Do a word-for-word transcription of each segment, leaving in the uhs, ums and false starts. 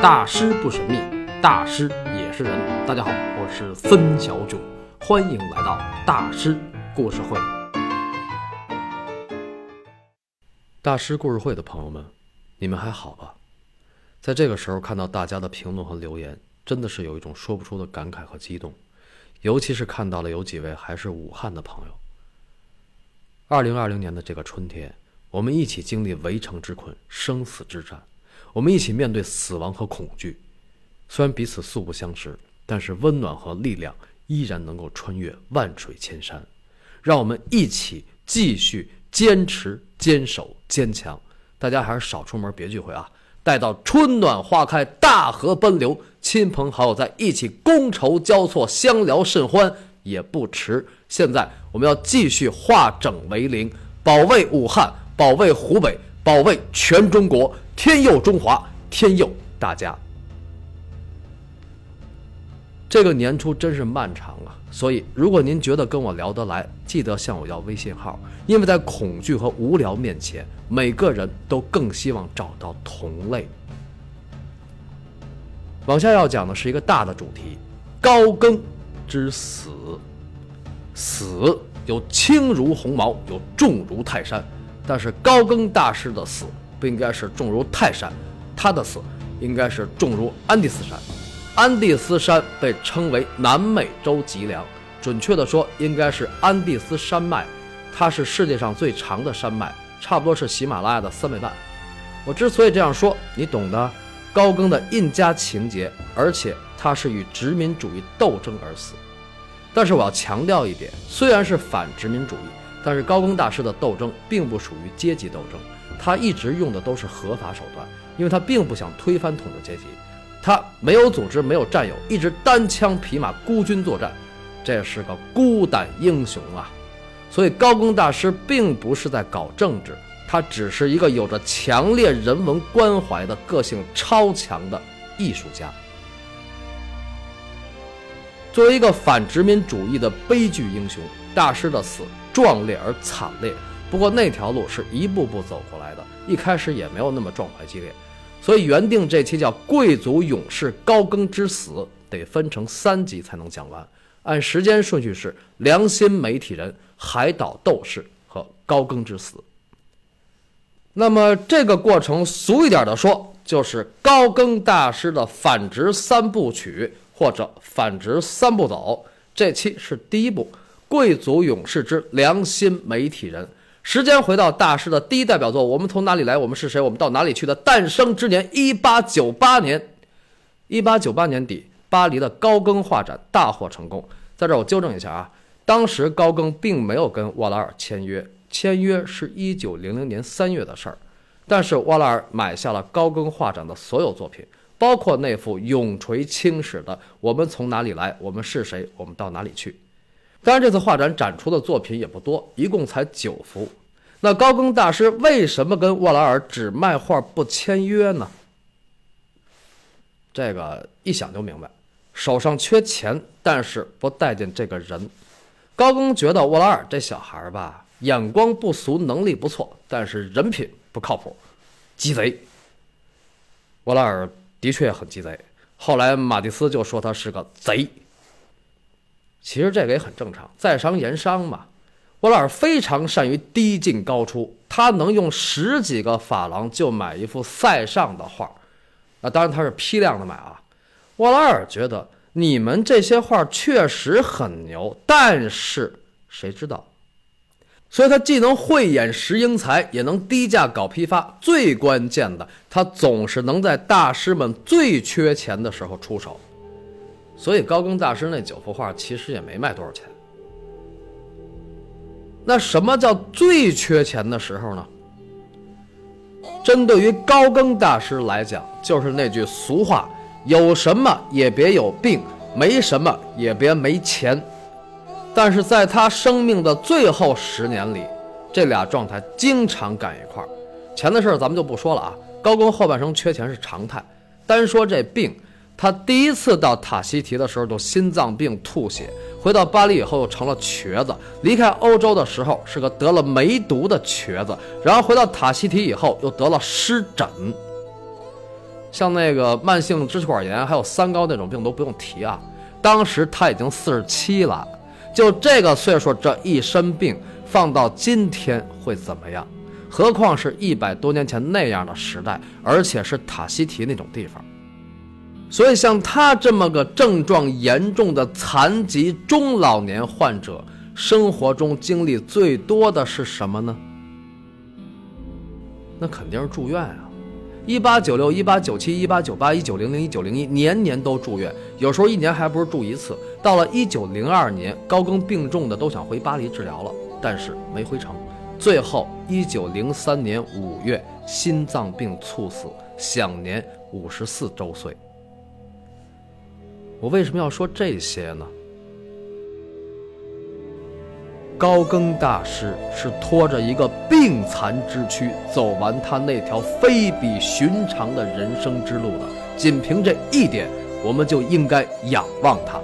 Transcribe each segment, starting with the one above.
大师不神秘，大师也是人。大家好，我是森小九，欢迎来到大师故事会。大师故事会的朋友们，你们还好吧？在这个时候看到大家的评论和留言，真的是有一种说不出的感慨和激动，尤其是看到了有几位还是武汉的朋友。二零二零年的这个春天，我们一起经历围城之困、生死之战，我们一起面对死亡和恐惧。虽然彼此素不相识，但是温暖和力量依然能够穿越万水千山。让我们一起继续坚持、坚守、坚强。大家还是少出门，别聚会啊！待到春暖花开，大河奔流，亲朋好友在一起觥筹交错，相聊甚欢也不迟。现在我们要继续化整为零，保卫武汉，保卫湖北，保卫全中国，天佑中华，天佑大家。这个年初真是漫长啊，所以如果您觉得跟我聊得来，记得向我要微信号，因为在恐惧和无聊面前，每个人都更希望找到同类。往下要讲的是一个大的主题，高更之死。死有轻如鸿毛，有重如泰山，但是高更大师的死不应该是重如泰山，他的死应该是重如安第斯山。安第斯山被称为南美洲脊梁，准确的说应该是安第斯山脉，它是世界上最长的山脉，差不多是喜马拉雅的三倍半。我之所以这样说，你懂的，高更的印加情节，而且他是与殖民主义斗争而死。但是我要强调一点，虽然是反殖民主义，但是高更大师的斗争并不属于阶级斗争，他一直用的都是合法手段，因为他并不想推翻统治阶级。他没有组织，没有战友，一直单枪匹马孤军作战，这是个孤胆英雄啊！所以高更大师并不是在搞政治，他只是一个有着强烈人文关怀的个性超强的艺术家。作为一个反殖民主义的悲剧英雄，大师的死壮烈而惨烈，不过那条路是一步步走过来的，一开始也没有那么壮怀激烈。所以原定这期叫贵族勇士高更之死得分成三集才能讲完，按时间顺序是良心媒体人、海岛斗士和高更之死。那么这个过程俗一点的说，就是高更大师的反殖三部曲或者反殖三步走。这期是第一部，贵族勇士之良心媒体人。时间回到大师的第一代表作《我们从哪里来，我们是谁，我们到哪里去》的诞生之年一八九八年。一八九八年底，巴黎的高更画展大获成功。在这儿我纠正一下啊，当时高更并没有跟沃拉尔签约，签约是一九零零年三月的事儿。但是沃拉尔买下了高更画展的所有作品，包括那幅永垂青史的《我们从哪里来，我们是谁，我们到哪里去》。当然这次画展展出的作品也不多，一共才九幅。那高更大师为什么跟沃拉尔只卖画不签约呢？这个一想就明白，手上缺钱，但是不待见这个人。高更觉得沃拉尔这小孩吧，眼光不俗，能力不错，但是人品不靠谱，鸡贼。沃拉尔的确很鸡贼，后来马蒂斯就说他是个贼。其实这个也很正常，在商言商嘛。沃拉尔非常善于低进高出，他能用十几个法郎就买一幅塞尚的画，那当然他是批量的买啊。沃拉尔觉得你们这些画确实很牛，但是谁知道？所以他既能慧眼识英才，也能低价搞批发，最关键的，他总是能在大师们最缺钱的时候出手。所以高更大师那九幅画其实也没卖多少钱。那什么叫最缺钱的时候呢？针对于高更大师来讲，就是那句俗话，有什么也别有病，没什么也别没钱。但是在他生命的最后十年里，这俩状态经常赶一块儿。钱的事咱们就不说了啊，高更后半生缺钱是常态。单说这病，他第一次到塔希提的时候就心脏病吐血，回到巴黎以后又成了瘸子，离开欧洲的时候是个得了梅毒的瘸子，然后回到塔希提以后又得了湿疹。 像那个慢性支气管炎还有三高那种病都不用提啊。当时他已经四十七了，就这个岁数，这一身病放到今天会怎么样？何况是一百多年前那样的时代，而且是塔希提那种地方。所以像他这么个症状严重的残疾中老年患者，生活中经历最多的是什么呢？那肯定是住院啊。一八九六、一八九七、一八九八、一九零零、一九零一，年年都住院，有时候一年还不是住一次。到了一九零二年，高更病重的都想回巴黎治疗了，但是没回成。最后一九零三年五月，心脏病猝死，享年五十四周岁。我为什么要说这些呢？高更大师是拖着一个病残之躯走完他那条非比寻常的人生之路的，仅凭这一点，我们就应该仰望他。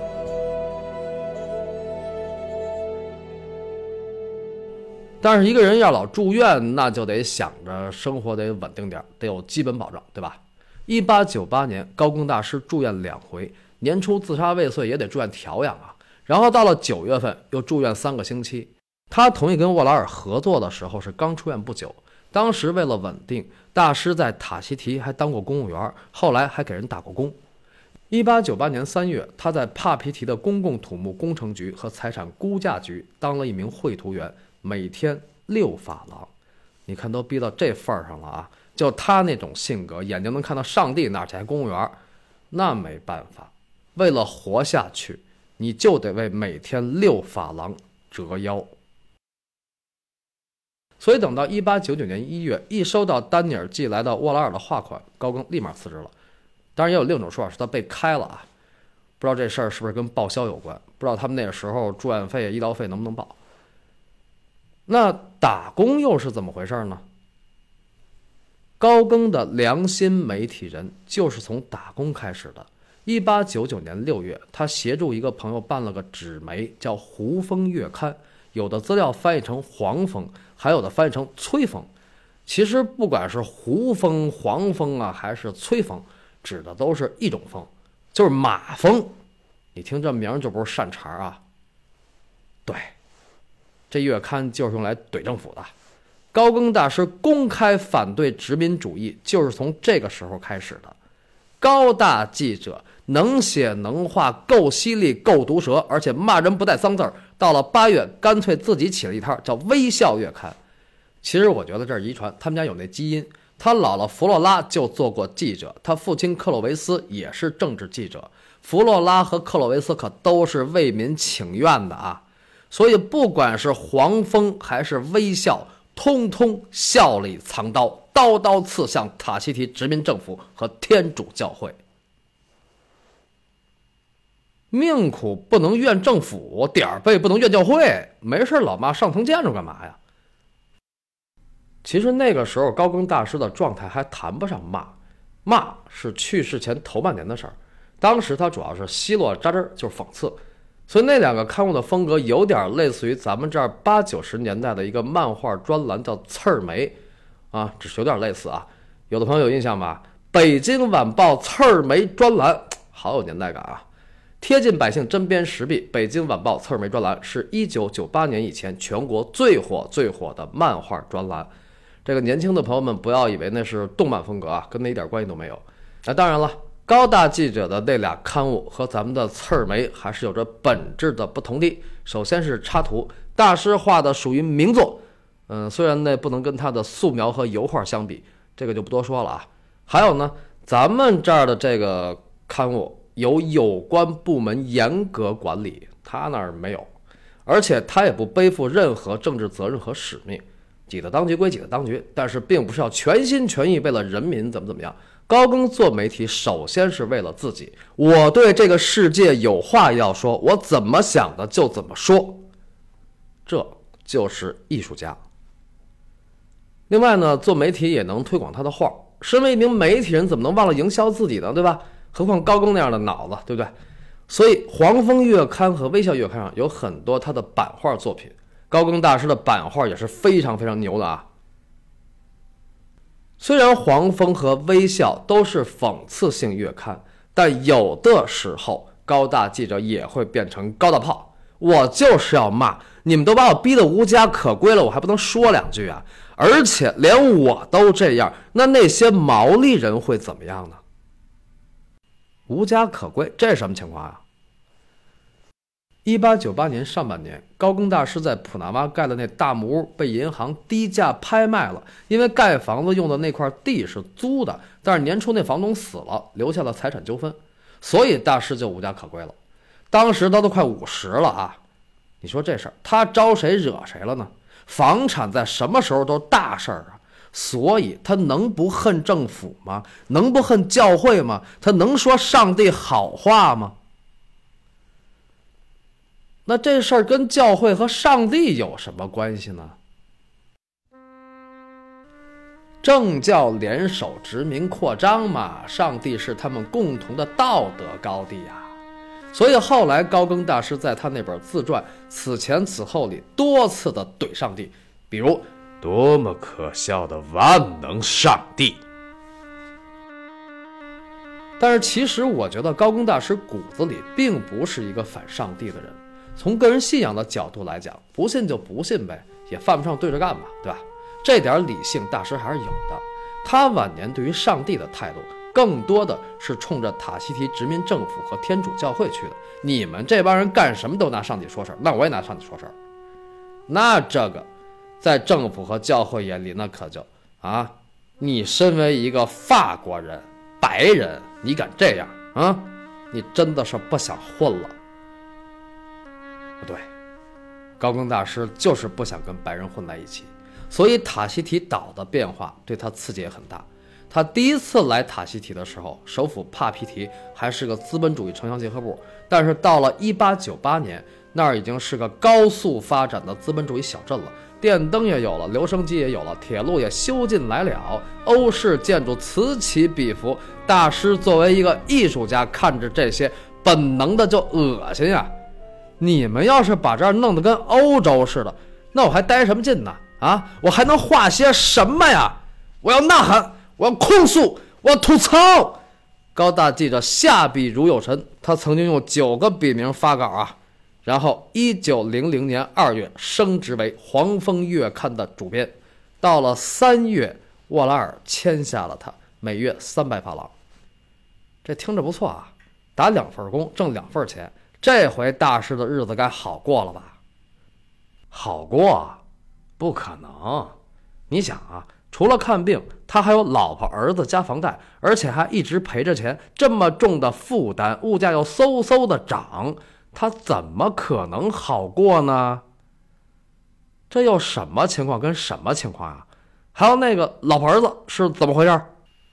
但是一个人要老住院，那就得想着生活得稳定点，得有基本保障，对吧？一八九八年，高更大师住院两回，年初自杀未遂也得住院调养啊。然后到了九月份又住院三个星期。他同意跟沃拉尔合作的时候是刚出院不久，当时为了稳定，大师在塔希提还当过公务员，后来还给人打过工。一八九八年三月，他在帕皮提的公共土木工程局和财产估价局当了一名绘图员，每天六法郎。你看都逼到这份上了啊！就他那种性格，眼睛能看到上帝哪儿去还公务员，那没办法，为了活下去，你就得为每天六法郎折腰。所以等到一八九九年一月，一收到丹尼尔寄来的沃拉尔的画款，高更立马辞职了。当然也有另一种说法是他被开了啊，不知道这事儿是不是跟报销有关，不知道他们那个时候住院费、医疗费能不能报。那打工又是怎么回事呢？高更的良心媒体人就是从打工开始的。一八九九年六月，他协助一个朋友办了个纸媒，叫胡风月刊，有的资料翻译成黄风，还有的翻译成崔风。其实不管是胡风、黄风啊，还是崔风，指的都是一种风，就是马风。你听这名就不是善茬啊。对，这月刊就是用来怼政府的。高更大师公开反对殖民主义，就是从这个时候开始的。高大记者能写能画，够犀利，够毒舌，而且骂人不带脏字儿。到了八月，干脆自己起了一摊叫微笑月刊。其实我觉得这是遗传，他们家有那基因。他姥姥弗洛拉就做过记者，他父亲克洛维斯也是政治记者。弗洛拉和克洛维斯可都是为民请愿的啊。所以不管是黄蜂还是微笑，通通笑里藏刀，刀刀刺向塔希提殖民政府和天主教会。命苦不能怨政府，点儿背不能怨教会，没事老骂上层建筑干嘛呀？其实那个时候高更大师的状态还谈不上骂，骂是去世前头半年的事儿。当时他主要是奚落扎针，就是讽刺。所以那两个刊物的风格有点类似于咱们这儿八九十年代的一个漫画专栏，叫刺儿梅啊，只是有点类似啊。有的朋友有印象吧？北京晚报刺儿梅专栏，好有年代感啊！贴近百姓，针砭时弊。北京晚报刺儿梅专栏是一九九八年以前全国最火最火的漫画专栏。这个年轻的朋友们不要以为那是动漫风格啊，跟那一点关系都没有。那当然了。高大记者的那俩刊物和咱们的刺儿梅还是有着本质的不同的。首先是插图，大师画的属于名作，嗯，虽然那不能跟他的素描和油画相比，这个就不多说了啊。还有呢，咱们这儿的这个刊物由有关部门严格管理，他那儿没有，而且他也不背负任何政治责任和使命。挤得当局归挤得当局，但是并不是要全心全意为了人民怎么怎么样。高更做媒体首先是为了自己，我对这个世界有话要说，我怎么想的就怎么说，这就是艺术家。另外呢，做媒体也能推广他的画，身为一名媒体人怎么能忘了营销自己呢，对吧？何况高更那样的脑子，对不对？所以黄蜂月刊和微笑月刊上有很多他的版画作品，高更大师的版画也是非常非常牛的啊。 虽然黄蜂和微笑都是讽刺性月刊，但有的时候高大记者也会变成高大炮。我就是要骂，你们都把我逼得无家可归了，我还不能说两句啊？而且连我都这样，那那些毛利人会怎么样呢？无家可归，这是什么情况啊？一八九八年上半年，高更大师在普纳洼盖的那大木屋被银行低价拍卖了，因为盖房子用的那块地是租的，但是年初那房东死了，留下了财产纠纷，所以大师就无家可归了。当时他都快五十了啊，你说这事儿他招谁惹谁了呢？房产在什么时候都是大事儿啊，所以他能不恨政府吗？能不恨教会吗？他能说上帝好话吗？那这事儿跟教会和上帝有什么关系呢？政教联手殖民扩张嘛，上帝是他们共同的道德高地啊。所以后来高更大师在他那本自传《此前此后》里多次的怼上帝，比如多么可笑的万能上帝。但是其实我觉得高更大师骨子里并不是一个反上帝的人，从个人信仰的角度来讲，不信就不信呗，也犯不上对着干嘛，对吧？这点理性大师还是有的。他晚年对于上帝的态度更多的是冲着塔希提殖民政府和天主教会去的。你们这帮人干什么都拿上帝说事儿，那我也拿上帝说事儿。那这个在政府和教会眼里，那可就啊，你身为一个法国人白人，你敢这样啊？你真的是不想混了。不对，高更大师就是不想跟白人混在一起，所以塔希提岛的变化对他刺激也很大。他第一次来塔希提的时候，首府帕皮提还是个资本主义城乡结合部，但是到了一八九八年，那儿已经是个高速发展的资本主义小镇了，电灯也有了，留声机也有了，铁路也修进来了，欧式建筑此起彼伏。大师作为一个艺术家，看着这些本能的就恶心呀！你们要是把这儿弄得跟欧洲似的，那我还待什么劲呢？啊，我还能画些什么呀？我要呐喊，我要控诉，我要吐槽。高大记者下笔如有神，他曾经用九个笔名发稿啊，然后一九零零年二月升职为《黄蜂月刊》的主编，到了三月，沃拉尔签下了他，每月三百法郎。这听着不错啊，打两份工挣两份钱，这回大师的日子该好过了吧？好过？不可能！你想啊，除了看病，他还有老婆儿子加房贷，而且还一直赔着钱，这么重的负担，物价又嗖嗖的涨，他怎么可能好过呢？这又什么情况跟什么情况啊？还有那个老婆儿子是怎么回事？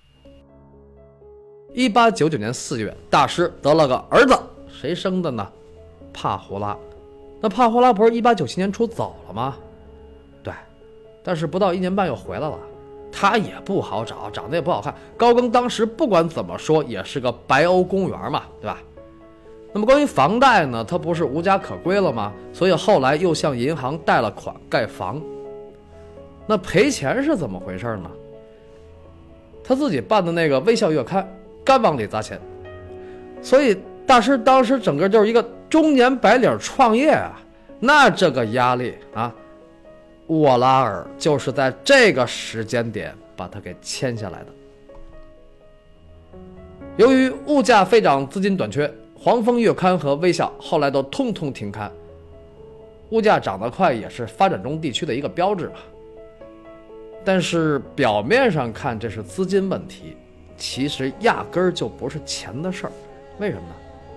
一八九九年四月，大师得了个儿子，谁生的呢？帕胡拉。那帕胡拉不是一八九七年初走了吗？对，但是不到一年半又回来了。他也不好找，长得也不好看。高更当时不管怎么说也是个白欧公务员嘛，对吧？那么关于房贷呢，他不是无家可归了吗？所以后来又向银行贷了款盖房。那赔钱是怎么回事呢？他自己办的那个微笑月刊干往里砸钱，所以大师当时整个就是一个中年白领创业啊，那这个压力啊，沃拉尔就是在这个时间点把他给签下来的。由于物价飞涨，资金短缺，黄蜂月刊和微笑后来都通通停刊。物价涨得快也是发展中地区的一个标志吧。但是表面上看这是资金问题，其实压根儿就不是钱的事儿。为什么呢？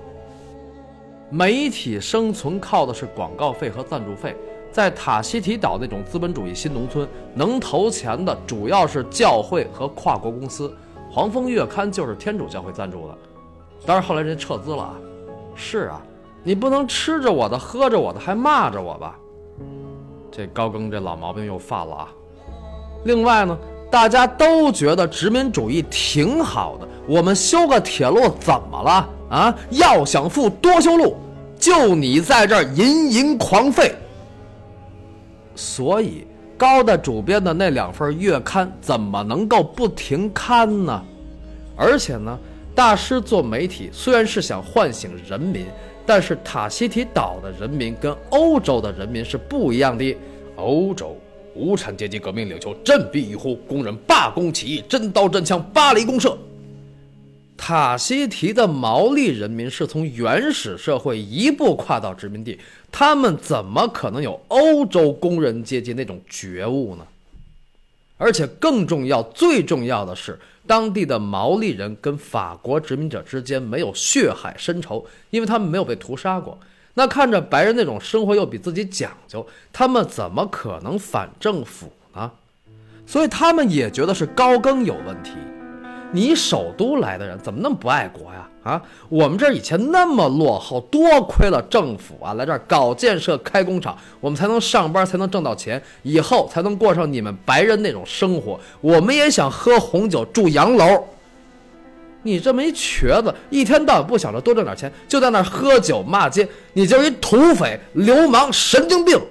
媒体生存靠的是广告费和赞助费，在塔希提岛那种资本主义新农村，能投钱的主要是教会和跨国公司。黄蜂月刊就是天主教会赞助的，当然后来人家撤资了啊。是啊，你不能吃着我的喝着我的还骂着我吧？这高更这老毛病又犯了啊。另外呢，大家都觉得殖民主义挺好的，我们修个铁路怎么了啊？要想富多修路，就你在这儿淫淫狂吠。所以高的主编的那两份月刊怎么能够不停刊呢？而且呢，大师做媒体虽然是想唤醒人民，但是塔希提岛的人民跟欧洲的人民是不一样的。欧洲无产阶级革命领袖振臂一呼，工人罢工起义，真刀真枪，巴黎公社。塔希提的毛利人民是从原始社会一步跨到殖民地，他们怎么可能有欧洲工人阶级那种觉悟呢？而且更重要最重要的是，当地的毛利人跟法国殖民者之间没有血海深仇，因为他们没有被屠杀过。那看着白人那种生活又比自己讲究，他们怎么可能反政府呢？所以他们也觉得是高更有问题。你首都来的人怎么那么不爱国呀？啊，我们这儿以前那么落后，多亏了政府啊，来这儿搞建设、开工厂，我们才能上班，才能挣到钱，以后才能过上你们白人那种生活。我们也想喝红酒、住洋楼。你这么一瘸子，一天到晚不想着多挣点钱，就在那儿喝酒骂街，你就是一土匪、流氓、神经病。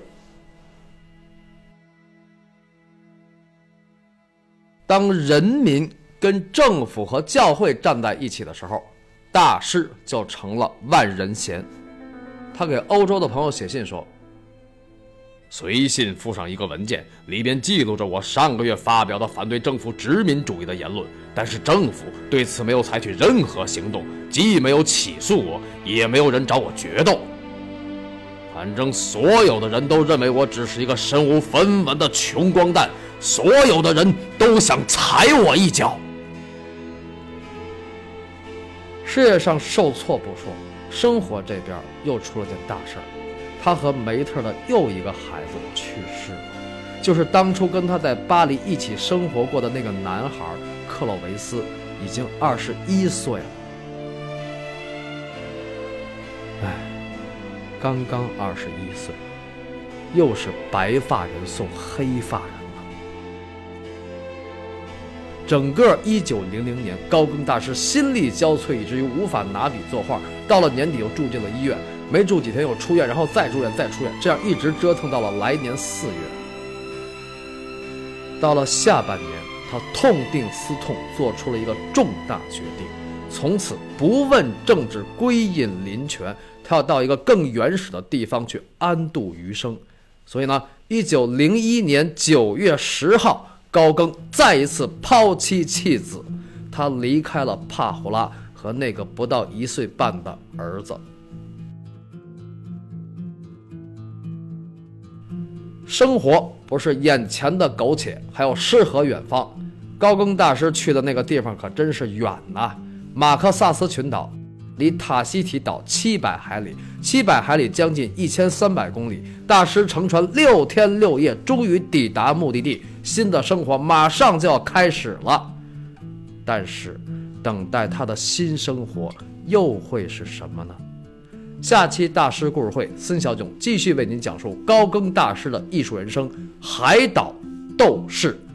当人民跟政府和教会站在一起的时候，大师就成了万人嫌。他给欧洲的朋友写信说，随信附上一个文件，里边记录着我上个月发表的反对政府殖民主义的言论，但是政府对此没有采取任何行动，既没有起诉我，也没有人找我决斗。反正所有的人都认为我只是一个身无分文的穷光蛋，所有的人都想踩我一脚。事业上受挫不说，生活这边又出了件大事儿。他和梅特的又一个孩子去世了，就是当初跟他在巴黎一起生活过的那个男孩克洛维斯，已经二十一岁了。哎，刚刚二十一岁，又是白发人送黑发人了。整个一九零零年，高更大师心力交瘁，以至于无法拿笔作画，到了年底又住进了医院。没住几天又出院，然后再住院再出院，这样一直折腾到了来年四月。到了下半年，他痛定思痛，做出了一个重大决定，从此不问政治，归隐林泉，他要到一个更原始的地方去安度余生。所以呢，一九零一年九月十号，高更再一次抛妻弃子，他离开了帕胡拉和那个不到一岁半的儿子。生活不是眼前的苟且，还有诗和远方。高更大师去的那个地方可真是远呐！马克萨斯群岛离塔希提岛七百海里，七百海里将近一千三百公里。大师乘船六天六夜，终于抵达目的地，新的生活马上就要开始了。但是，等待他的新生活又会是什么呢？下期大师故事会，孙小炯继续为您讲述高更大师的艺术人生——海岛斗士。